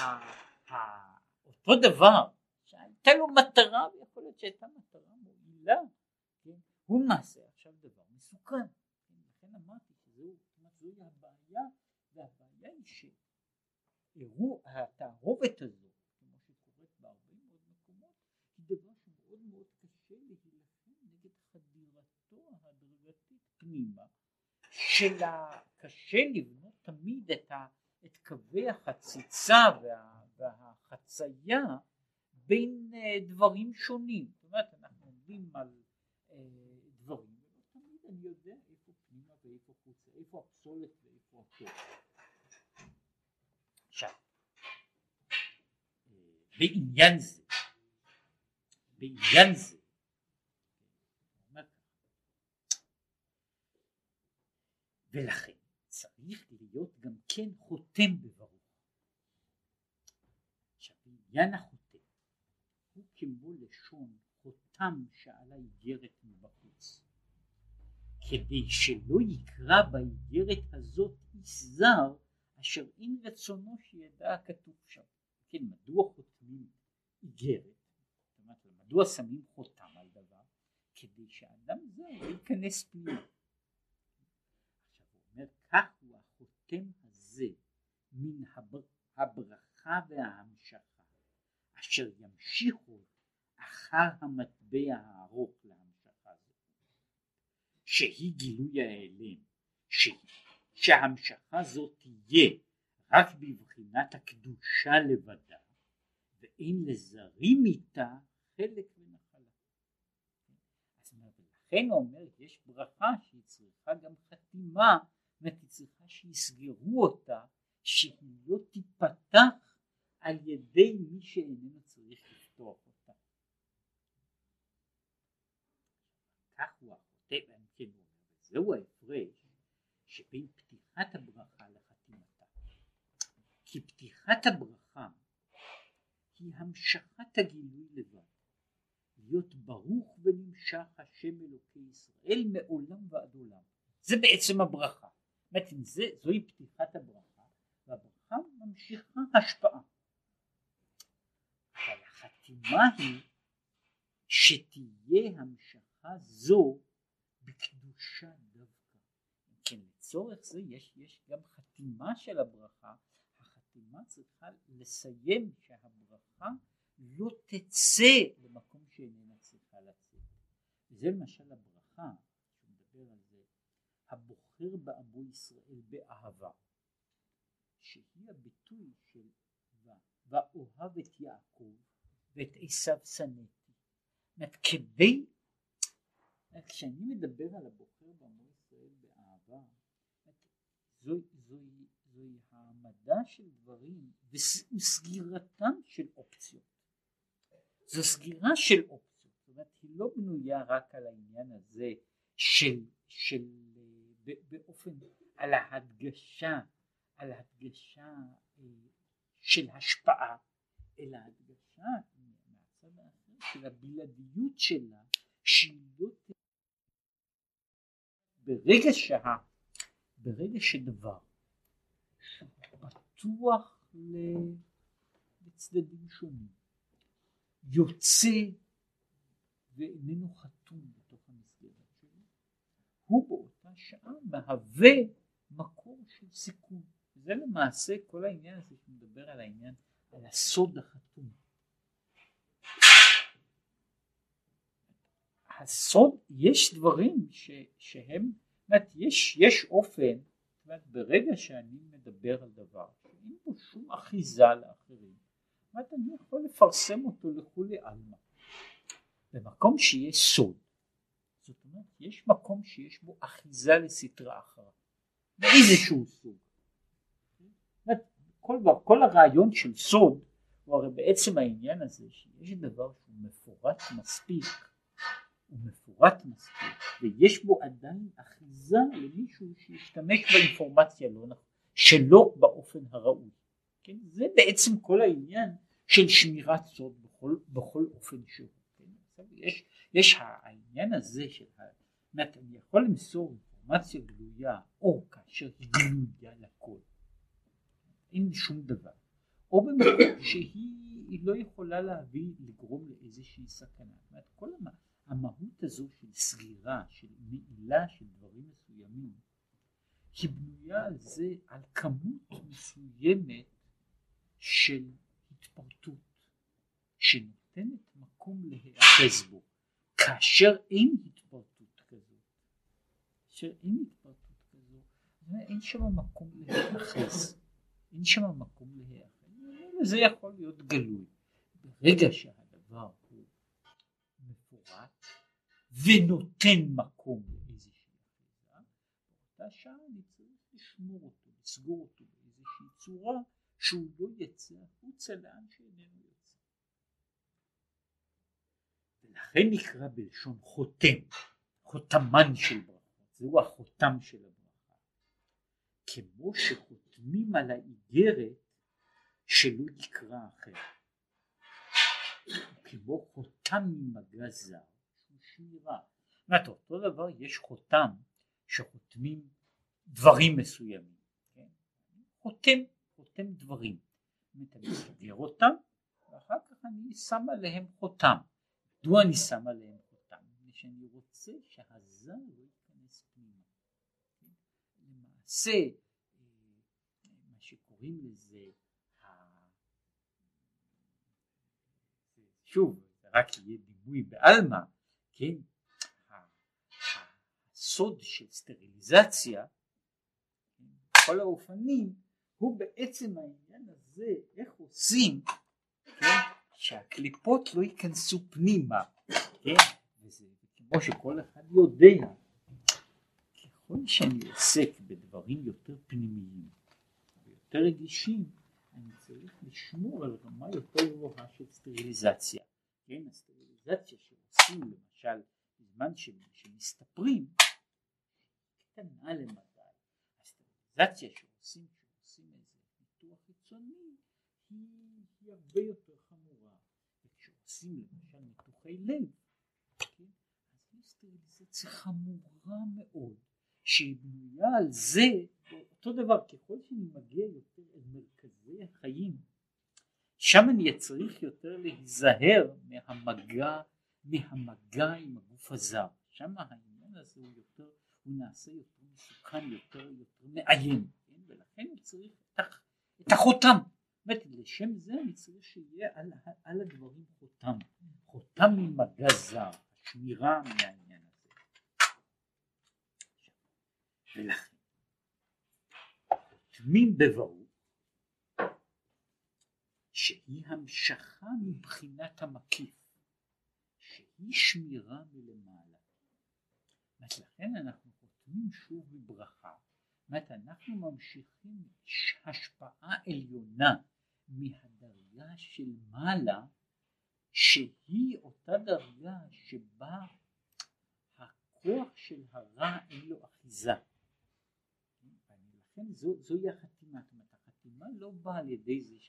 אותו דבר שהייתה לו מטרה, ויכול להיות שהייתה מטרה מועילה, כן? הוא נעשה עכשיו דבר מסוכן. לכן אמרתי שזוהי הבעיה, והבעיה היא שהראו התערובת הזו, כמו שקורית בהרבה מאוד מקומות, היא דבר שמאוד מאוד קשה להילחם נגד חדירתו ההדרגתית פנימה, קשה לבנות תמיד את קווי החציצה והחצייה בין דברים שונים. זאת אומרת אנחנו עומדים על דברים, ולא תמיד אני יודע איפה פנימה ואיפה חוצה, איפה הפסולת ואיפה הטוב. עכשיו בעניין זה ולכן צריך להיות גם כן חותם בברוך. עכשיו בעניין החותם הוא כמו לשון חותם שעל האיגרת מבחוץ, כדי שלא יקרא באיגרת הזאת איש זר אשר אין רצונו שידע הכתוב שם. כן, מדוע חותמים איגרת? זאת אומרת, מדוע שמים חותם על דבר? כדי שהאדם זה לא ייכנס פנימה. עכשיו הוא אומר, כך הוא החותם הזה מן הברכה וההמשכה, אשר ימשיכו אחר המטבע הארוך להמשכה זו, שהיא גילוי ההיעלם, שההמשכה זו תהיה רק בבחינת הקדושה לבדה, ואין לזרים איתה חלק ונחלה. אז לכן הוא אומר, יש ברכה שהיא צריכה גם חתימה, והיא צריכה שיסגרו אותה, שהיא לא תיפתח על ידי מי שאיננו צריך לפתוח אותה. כך הוא החותם, כן, זהו ההפרש שבין פתיחת הברכה לחתימתה. כי פתיחת הברכה היא המשכת הגילוי לבד, להיות ברוך ונמשך השם אלוקי ישראל מעולם ועד עולם. זה בעצם הברכה. זאת אומרת, זוהי פתיחת הברכה, והברכה ממשיכה השפעה. אבל החתימה היא שתהיה המשכה זו בקדושה דווקא. כן, לצורך זה יש גם חתימה של הברכה. החתימה צריכה לסיים שהברכה לא תצא למקום שאיננה צריכה לצאת. וזה למשל הברכה, שמדבר על זה, הבוחר בעמו ישראל באהבה, שהיא הביטוי של ואוהב את יעקב ואת עשיו שנאתי. כדי, כשאני מדבר על הבוחר בעמו ישראל באהבה, זוהי העמדה של דברים וסגירתם של אופציות. זו סגירה של אופציות, זאת אומרת היא לא בנויה רק על העניין הזה של באופן, על ההדגשה של השפעה, אלא הדגשה מהצד האחר של הבלעדיות שלה, שהיא לא ברגע שדבר פתוח לצדדים שונים, יוצא ואיננו חתום בתוך המסגרת שלו, הוא באותה שעה מהווה מקור של סיכון. זה למעשה כל העניין הזה שמדבר על העניין, על הסוד החתום. הסוד, יש דברים שהם, יש אופן, ברגע שאני מדבר על דבר שאין בו שום אחיזה לאחרים, אני יכול לפרסם אותו לכולי עלמא. במקום שיש סוד, זאת אומרת יש מקום שיש בו אחיזה לסתרה אחרה, מאיזשהו סוג. כל הרעיון של סוד הוא הרי בעצם העניין הזה שיש דבר שהוא מפורט מספיק, ויש בו עדיין אחיזה למישהו שישתמש באינפורמציה שלא באופן הראוי. כן? זה בעצם כל העניין של שמירת סוד בכל אופן שהוא. כן? יש העניין הזה של אני יכול למסור אינפורמציה גלויה, או כאשר היא גלויה לכל, אין שום דבר, או במקום שהיא לא יכולה לגרום לאיזושהי סכנה. זאת אומרת, כל המהות הזו של סגירה, של נעילה של דברים מסוימים, היא בנויה על זה, על כמות מסוימת של התפרטות שנותנת מקום להיאחז בו. כאשר אין התפרטות כזו, אין שם מקום להיאחז, זה יכול להיות גלוי. ברגע שהדבר הוא מפורט ונותן מקום לאיזושהי אחיזה, באותה שעה אני צריך לשמור אותו, לסגור אותו באיזושהי צורה שהוא לא יצא החוצה לאן שאיננו יוצא. ולכן נקרא בלשון חותם, חותמן של ברכות, זהו החותם של הברכה. כמו שחותמים על האיגרת שלא יקרא אחר, כמו חותם ממגע זר שהוא שמירה. אותו דבר יש חותם שחותמים דברים מסוימים, כן? חותם דברים, אני מסגר אותם ואחר כך אני שם עליהם חותם. מדוע אני שם עליהם חותם? מפני שאני רוצה שהזר לא ייכנס פנימה. למעשה מה שקוראים לזה, שוב זה רק יהיה דימוי בעלמא, כן? הסוד של סטריליזציה בכל האופנים הוא בעצם העניין הזה, איך עושים, כן? שהקליפות לא ייכנסו פנימה, כן? וזה כמו שכל אחד יודע, ככל שאני עוסק בדברים יותר פנימיים ויותר רגישים, אני צריך לשמור על רמה יותר גבוהה של סטריליזציה. כן? הסטריליזציה שעושים למשל בזמן שמסתפרים קטנה למדי. הסטריליזציה שעושים איזה ניתוח חיצוני היא הרבה יותר חמורה. וכשעושים למשל ניתוחי לב, כן? אז היא סטריליזציה חמורה מאוד שהיא בנויה על זה. אותו דבר, ככל שאני מגיע יותר אל מרכזי החיים, שם אני צריך יותר להיזהר מהמגע עם הגוף הזר. שם העניין הזה הוא נעשה יותר מסוכן, יותר מאיים, כן? ולכן הוא צריך את החותם. לשם זה אני צריך שיהיה על הדברים חותם ממגע זר, השמירה מהעניין הזה. ולכן חותמים בברור שהיא המשכה מבחינת המקיף, שהיא שמירה מלמעלה. לכן אנחנו חותמים שוב בברכה, אנחנו ממשיכים השפעה עליונה מהדרגה של מעלה, שהיא אותה דרגה שבה הכוח של הרע אין לו אחיזה. לכן זוהי החתימה. החתימה לא באה על ידי זה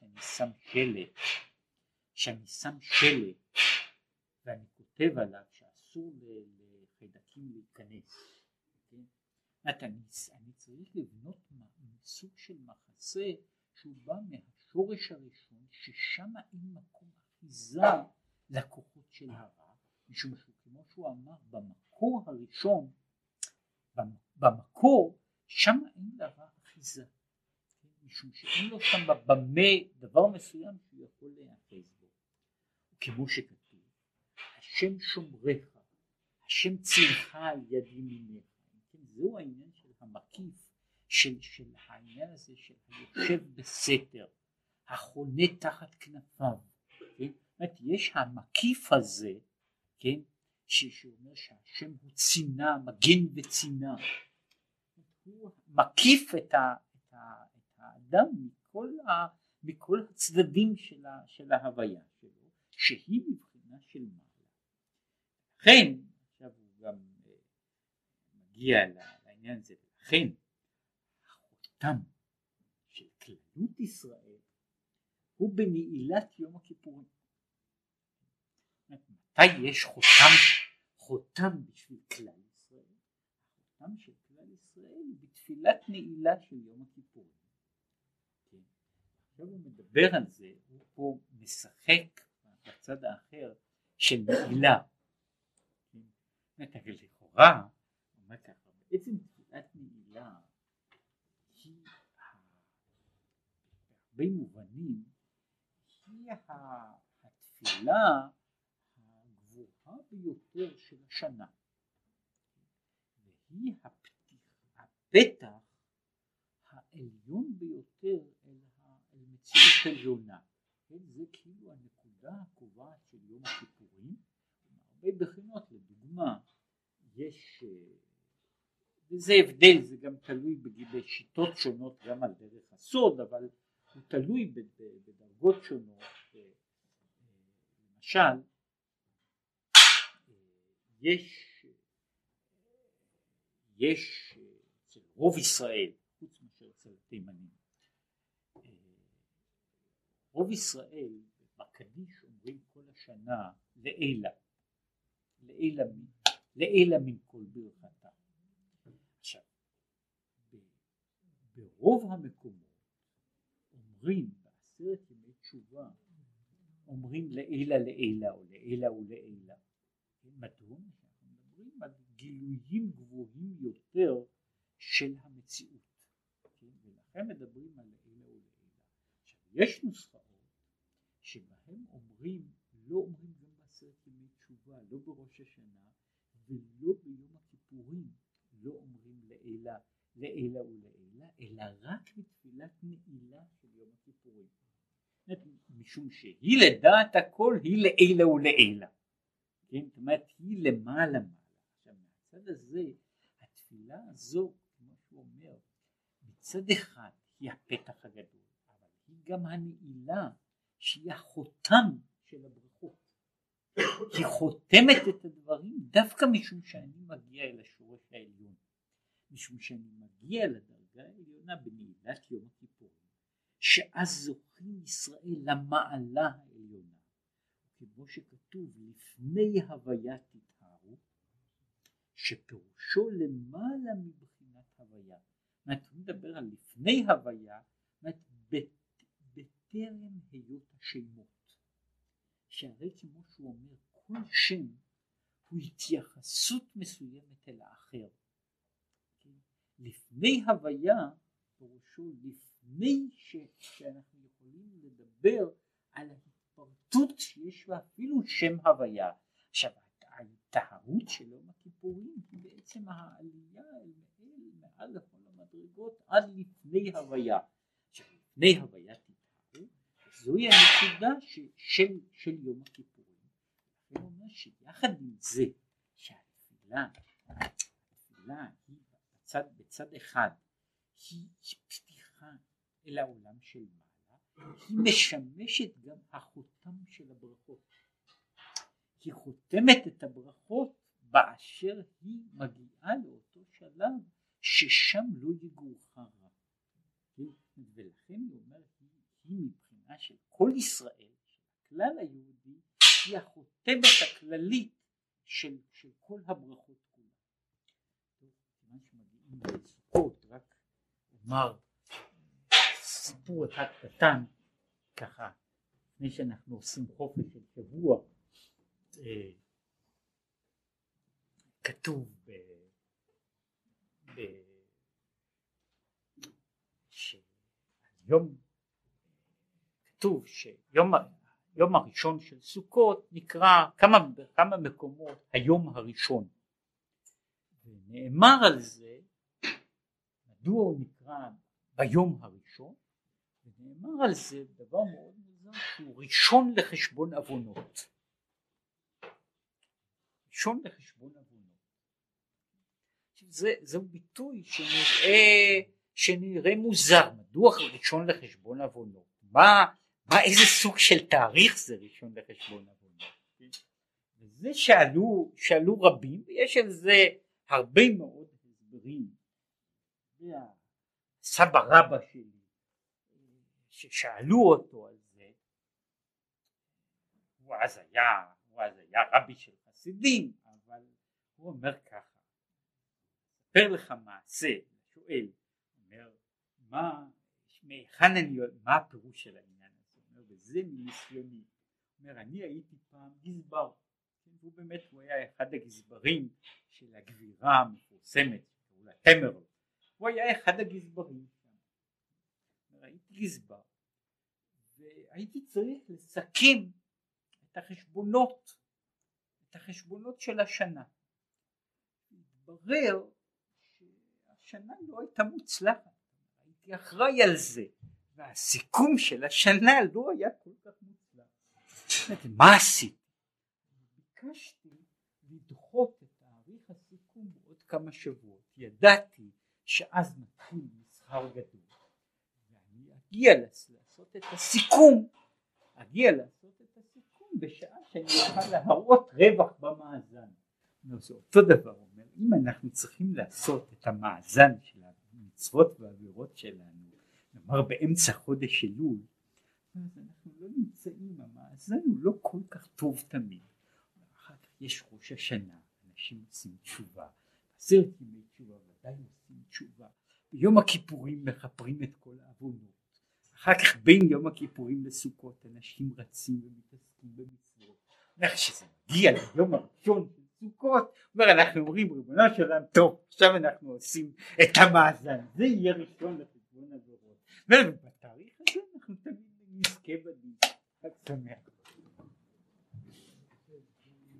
שאני שם שלט ואני כותב עליו שאסור לחיידקים להיכנס. אני צריך לבנות סוג של מחסה שהוא בא מהשורש הראשון, ששם אין מקום אחיזה לכוחות של הרע, משום שכמו שהוא אמר במקור הראשון, במקור שם אין לרע אחיזה, משום שאין לו שם במה דבר מסוים שהוא יכול להיאחז בו, כמו שכתוב השם שומרך, השם צילך על יד ימינך. זהו העניין של המקיף, של העניין הזה של היושב בסתר, החונה תחת כנפיו, כן? יש המקיף הזה, כן? שאומר שהשם הוא צינה, מגן וצינה, הוא מקיף את האדם מכל הצדדים של ההוויה שלו, שהיא מבחינה של מעלה. לכן עכשיו הוא גם מגיע לעניין הזה, לכן החותם של כללות ישראל הוא בנעילת יום הכיפורים. מתי יש חותם בשביל כלל ישראל? החותם של כלל ישראל בתפילת נעילה של יום הכיפורים. כן. עכשיו הוא מדבר על זה, הוא פה משחק בצד האחר של נעילה. לכאורה, בעצם תפילת נעילה היא בהרבה מובנים היא התפילה הגבוהה ביותר של השנה, והיא הפתח העליון ביותר אל מציאות עליונה. זה כאילו הנקודה הקובעת של יום הכיפורים. הרבה בחינות, לדוגמה, יש, וזה הבדל, זה גם תלוי בשיטות שונות גם על דרך הסוד, אבל הוא תלוי בדרגות שונות. למשל, יש אצל רוב ישראל, חוץ מאשר אצל התימנים, רוב ישראל בקדיש אומרים כל השנה לעילה מן כל ברכתה. עכשיו, ברוב המקומות אומרים בעשרת ימי תשובה, אומרים לעילה או לעילה. מדוע? אנחנו מדברים על גילויים גבוהים יותר של המציאות, ולכן מדברים על לעילה. עכשיו, יש נוסחאות שבהם אומרים, לא אומרים גם בעשרת ימי תשובה, לא בראש השנה ולא ביום הכיפורים, לא אומרים לעילה, אלא רק בתפילת נעילה של יום הכיפורים. משום שהיא לדעת הכל, היא לעילה. כן? זאת אומרת, היא למעלה. עכשיו, מהצד הזה, התפילה הזו, כמו שהוא אומר, מצד אחד היא הפתח הגדול, אבל היא גם הנעילה, שהיא החותם של הברכות. היא חותמת את הדברים דווקא משום שאני מגיע אל השורש העליון, משום שאני מגיע לדרגה העליונה בנעילת יום הכיפורים, שאז זוכים ישראל למעלה העליונה, כמו שכתוב לפני הוויה תתארו, שפירושו למעלה מבחינת הוויה. הוא מדבר על לפני הוויה, בטרם היות השמות, שהרי כמו שהוא אומר, כל שם הוא התייחסות מסוימת אל האחר. לפני הוויה פירושו לפני שאנחנו יכולים לדבר על ההתפרטות שיש בה אפילו שם הוויה. עכשיו, ההתארות של יום הכיפורים היא בעצם העלייה אל מעל לכל המדרגות עד לפני הוויה. עכשיו, לפני הוויה תתארו, זוהי הנקודה של יום הכיפורים. הוא אומר שיחד עם זה שהתפילה היא בצד אחד היא פתיחה אל העולם של מעלה, היא משמשת גם החותם של הברכות. היא חותמת את הברכות באשר היא מגיעה לאותו שלב ששם לא יגורך רע. ולכן הוא אומר, היא מבחינה של כל ישראל, של הכלל היהודי, היא החותמת הכללית של כל הברכות כולה. כיוון שמגיעים לסוכות, רק אומר סיפור אחד קטן ככה לפני שאנחנו עושים חופש של שבוע. כתוב כתוב שיום הראשון של סוכות נקרא כמה מקומות היום הראשון, ונאמר על זה מדוע הוא נקרא ביום הראשון, ונאמר על זה דבר מאוד מוזר שהוא ראשון לחשבון עוונות, ראשון לחשבון עוונות. זהו ביטוי שנראה מוזר, מדוע ראשון לחשבון עוונות, איזה סוג של תאריך זה ראשון לחשבון עוונות. וזה שאלו רבים, ויש על זה הרבה מאוד הסברים. סבא רבא שלי ששאלו אותו על זה, הוא אז היה רבי של חסידים, אבל הוא אומר ככה, ספר לך מעשה, שואל, אומר מה הפירוש של העניין הזה? אומר, וזה מניסיוני. אומר, אני הייתי פעם גזבר, והוא באמת הוא היה אחד הגזברים של הגבירה המפורסמת, אולי תמר, הוא היה אחד הגזברים שם. אומר, הייתי גזבר, והייתי צריך לסכם את החשבונות של השנה. התברר שהשנה לא הייתה מוצלחת, הייתי אחראי על זה, והסיכום של השנה לא היה כל כך מוצלח. מה עשיתי? ביקשתי לדחות את תאריך הסיכום בעוד כמה שבועות. ידעתי שאז מתחיל מסחר גדול, ואני אגיע לעשות את הסיכום בשעה שאני אוכל להראות רווח במאזן. זה אותו דבר, אומר, אם אנחנו צריכים לעשות את המאזן של המצוות והעבירות שלנו, נאמר באמצע חודש אלול, אז אנחנו לא נמצאים, המאזן הוא לא כל כך טוב תמיד. אחר כך יש ראש השנה, אנשים עושים תשובה, 10 ימי תשובה, ודאי עושים תשובה, ביום הכיפורים מכפרים את כל העוונות, אחר כך בין יום הכיפורים לסוכות אנשים רצים ומתעסקים במצוות. כשזה מגיע ליום הראשון של סוכות, אנחנו אומרים ריבונו של עולם, טוב, עכשיו אנחנו עושים את המאזן, זה יהיה ראשון לחשבון עבירות, ובתאריך הזה אנחנו תמיד נזכה בדין. חג שמח.